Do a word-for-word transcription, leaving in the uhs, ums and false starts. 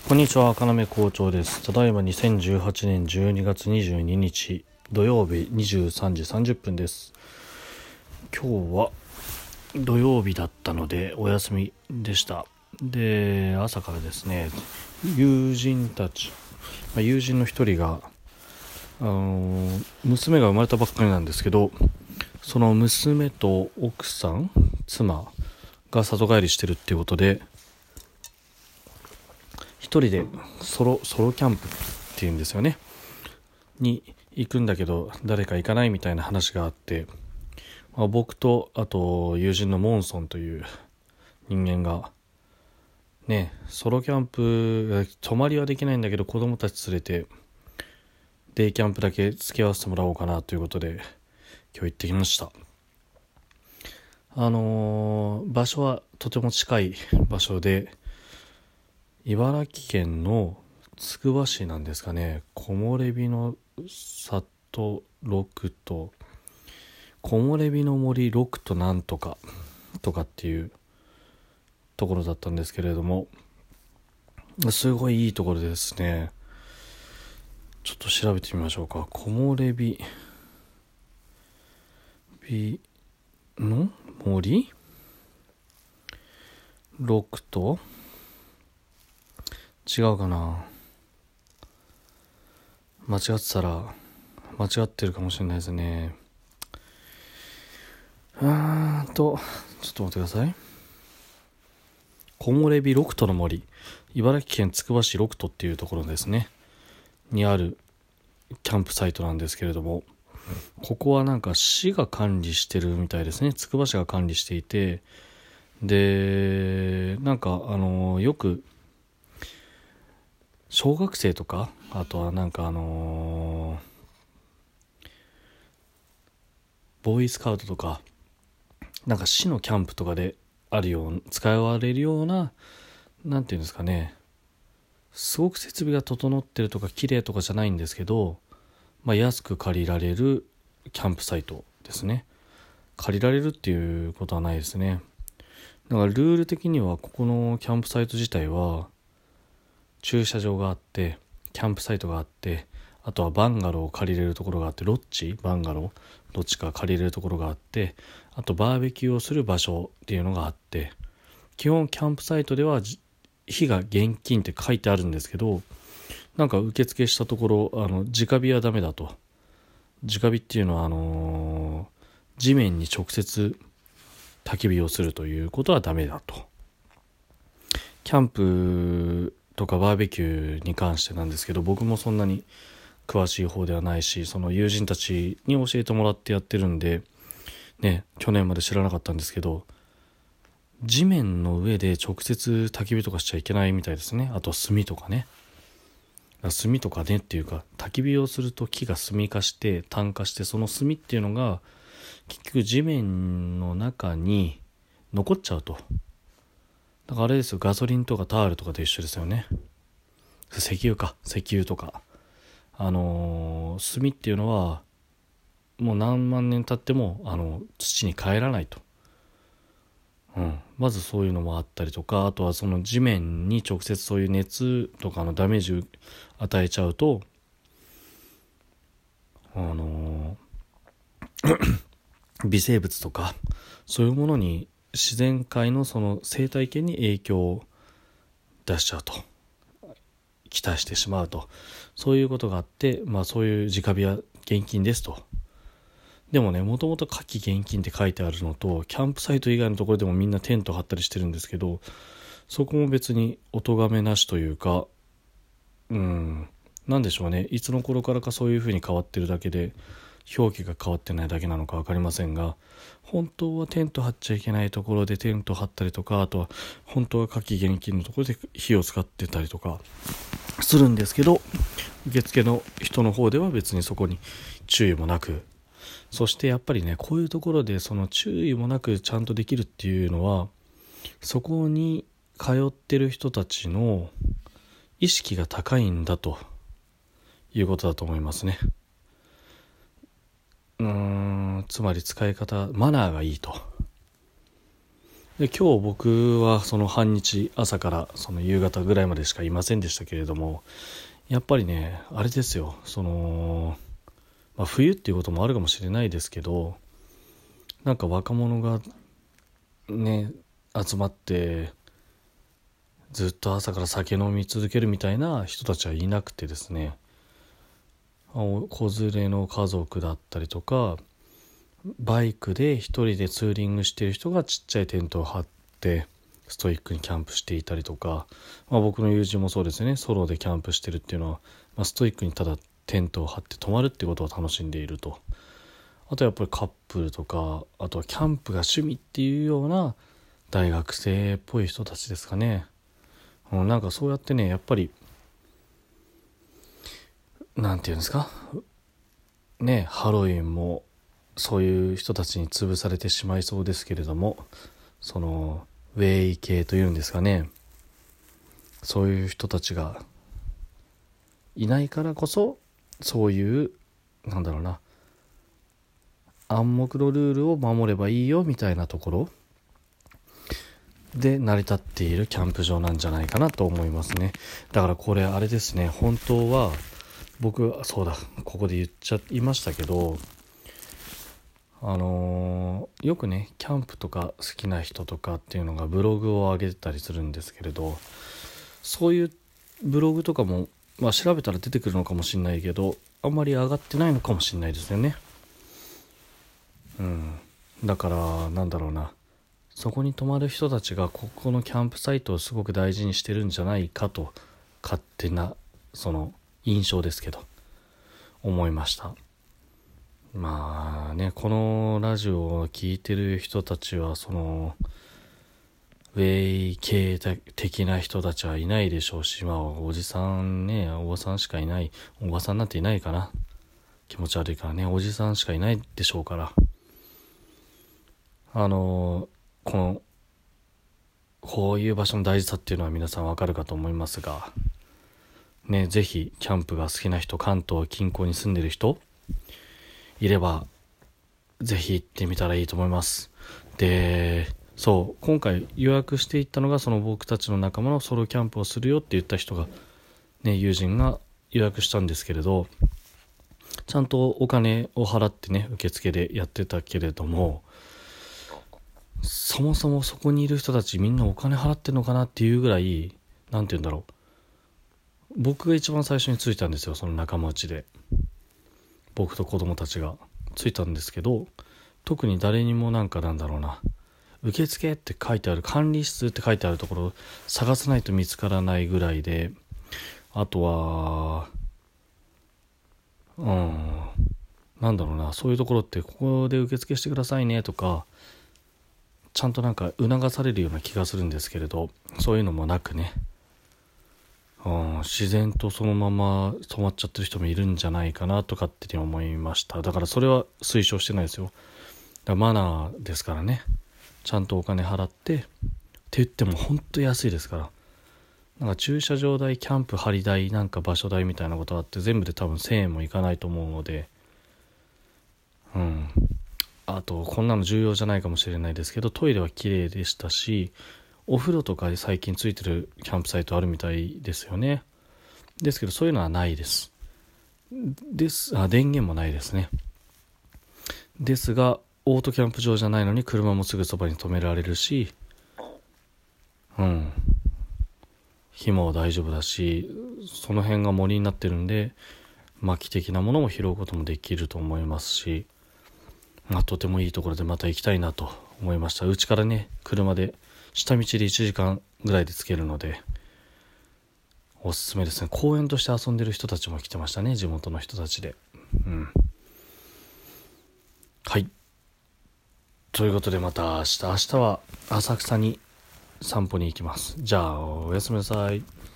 こんにちは、かなめ校長です。ただいまにせんじゅうはちねんじゅうにがつにじゅうににち土曜日にじゅうさんじさんじゅっぷんです。今日は土曜日だったのでお休みでした。で、朝からですね、友人たち、まあ、友人の一人が、あのー娘が生まれたばっかりなんですけど、その娘と奥さん、妻が里帰りしてるっていうことで、一人でソロソロキャンプっていうんですよねに行くんだけど、誰か行かないみたいな話があって、まあ、僕とあと友人のモンソンという人間がね、ソロキャンプ泊まりはできないんだけど子供たち連れてデイキャンプだけ付き合わせてもらおうかなということで今日行ってきました。あのー、場所はとても近い場所で、茨城県のつくば市なんですかね、木漏れ日の里ろくと木漏れ日の森ろくとなんとかとかっていうところだったんですけれども、すごいいいところですね。ちょっと調べてみましょうか。木漏れ日日の森ろくと違うかな、間違ってたら間違ってるかもしれないですね。うーんとちょっと待ってください。木漏れ日ろくとの森、茨城県つくば市ろくとっていうところですねにあるキャンプサイトなんですけれども、ここはなんか市が管理してるみたいですね。つくば市が管理していて、でなんかあのよく小学生とか、あとはなんかあのー、ボーイスカウトとかなんか市のキャンプとかであるよう使われるような、なんていうんですかね、すごく設備が整ってるとか綺麗とかじゃないんですけど、まあ、安く借りられるキャンプサイトですね。借りられるっていうことはないですね。だからルール的にはここのキャンプサイト自体は駐車場があって、キャンプサイトがあって、あとはバンガローを借りれるところがあって、ロッジバンガローどっちか借りれるところがあって、あとバーベキューをする場所っていうのがあって、基本キャンプサイトでは火が厳禁って書いてあるんですけど、なんか受付したところ、あの直火はダメだと。直火っていうのはあのー、地面に直接焚き火をするということはダメだと。キャンプとかバーベキューに関してなんですけど、僕もそんなに詳しい方ではないし、その友人たちに教えてもらってやってるんでね、去年まで知らなかったんですけど、地面の上で直接焚き火とかしちゃいけないみたいですね。あと炭とかね、炭とかねっていうか、焚き火をすると木が炭化して炭化して、その炭っていうのが結局地面の中に残っちゃうと。だからあれですよ、ガソリンとかタールとかと一緒ですよね。石油か、石油とか、あのー、炭っていうのはもう何万年経ってもあの土に帰らないと、うん、まずそういうのもあったりとか、あとはその地面に直接そういう熱とかのダメージを与えちゃうと、あのー、微生物とかそういうものに、自然界のその生態系に影響を出しちゃうと、期待してしまうと、そういうことがあって、まあそういう直火は厳禁ですと。でもね、もともと夏季厳禁って書いてあるのと、キャンプサイト以外のところでもみんなテント張ったりしてるんですけど、そこも別にお咎めなしというか、うん、なんでしょうね、いつの頃からかそういう風に変わってるだけで、表記が変わってないだけなのか分かりませんが、本当はテント張っちゃいけないところでテント張ったりとか、あとは本当は夏季厳禁のところで火を使ってたりとかするんですけど、受付の人の方では別にそこに注意もなく、そしてやっぱりね、こういうところでその注意もなくちゃんとできるっていうのは、そこに通ってる人たちの意識が高いんだということだと思いますね。うーんつまり使い方、マナーがいいと。 で今日僕はその半日朝からその夕方ぐらいまでしかいませんでしたけれども、やっぱりねあれですよ、その、まあ、冬っていうこともあるかもしれないですけど、なんか若者がね集まってずっと朝から酒飲み続けるみたいな人たちはいなくてですね、子連れの家族だったりとか、バイクで一人でツーリングしている人がちっちゃいテントを張ってストイックにキャンプしていたりとか、まあ、僕の友人もそうですね、ソロでキャンプしてるっていうのは、まあ、ストイックにただテントを張って泊まるっていうことを楽しんでいると。あとやっぱりカップルとか、あとはキャンプが趣味っていうような大学生っぽい人たちですかね。うん、なんかそうやってね、やっぱりなんていうんですかね、ハロウィンもそういう人たちに潰されてしまいそうですけれども、そのウェイ系というんですかね、そういう人たちがいないからこそ、そういうなんだろうな、暗黙のルールを守ればいいよみたいなところで成り立っているキャンプ場なんじゃないかなと思いますね。だからこれあれですね、本当は僕そうだここで言っちゃいましたけど、あのー、よくねキャンプとか好きな人とかっていうのがブログを上げてたりするんですけれど、そういうブログとかも、まあ、調べたら出てくるのかもしれないけど、あんまり上がってないのかもしれないですよね。うんだからなんだろうな、そこに泊まる人たちがここのキャンプサイトをすごく大事にしてるんじゃないかと、勝手なその印象ですけど思いました。まあね、このラジオを聞いてる人たちはそのウェイ系的な人たちはいないでしょうし、まあおじさんね、おばさんしかいない、おばさんなんていないかな、気持ち悪いからね、おじさんしかいないでしょうから、あのこのこういう場所の大事さっていうのは皆さんわかるかと思いますがね、ぜひキャンプが好きな人、関東近郊に住んでる人いればぜひ行ってみたらいいと思います。で、そう今回予約していったのがその僕たちの仲間のソロキャンプをするよって言った人がね、友人が予約したんですけれど、ちゃんとお金を払ってね受付でやってたけれども、そもそもそこにいる人たちみんなお金払ってんのかなっていうぐらい、なんて言うんだろう、僕が一番最初に着いたんですよ、その仲間内で。僕と子供たちが着いたんですけど、特に誰にもなんかなんだろうな、受付って書いてある、管理室って書いてあるところ探さないと見つからないぐらいで、あとはうんなんだろうな、そういうところってここで受付してくださいねとかちゃんとなんか促されるような気がするんですけれど、そういうのもなくね、うん、自然とそのまま止まっちゃってる人もいるんじゃないかなとかって思いました。だからそれは推奨してないですよ。だからマナーですからね、ちゃんとお金払ってって言っても本当安いですから、なんか駐車場代、キャンプ張り代、なんか場所代みたいなことあって全部で多分せんえんもいかないと思うので、うんあとこんなの重要じゃないかもしれないですけど、トイレは綺麗でしたし、お風呂とか最近ついてるキャンプサイトあるみたいですよね。ですけどそういうのはないですですあ電源もないですね。ですがオートキャンプ場じゃないのに車もすぐそばに止められるし、うん火も大丈夫だし、その辺が森になってるんで薪的なものも拾うこともできると思いますし、まあ、とてもいいところでまた行きたいなと思いました。うちからね車で下道でいちじかんぐらいで着けるのでおすすめですね。公園として遊んでる人たちも来てましたね、地元の人たちで。うんはいということで、また明日明日は浅草に散歩に行きます。じゃあおやすみなさい。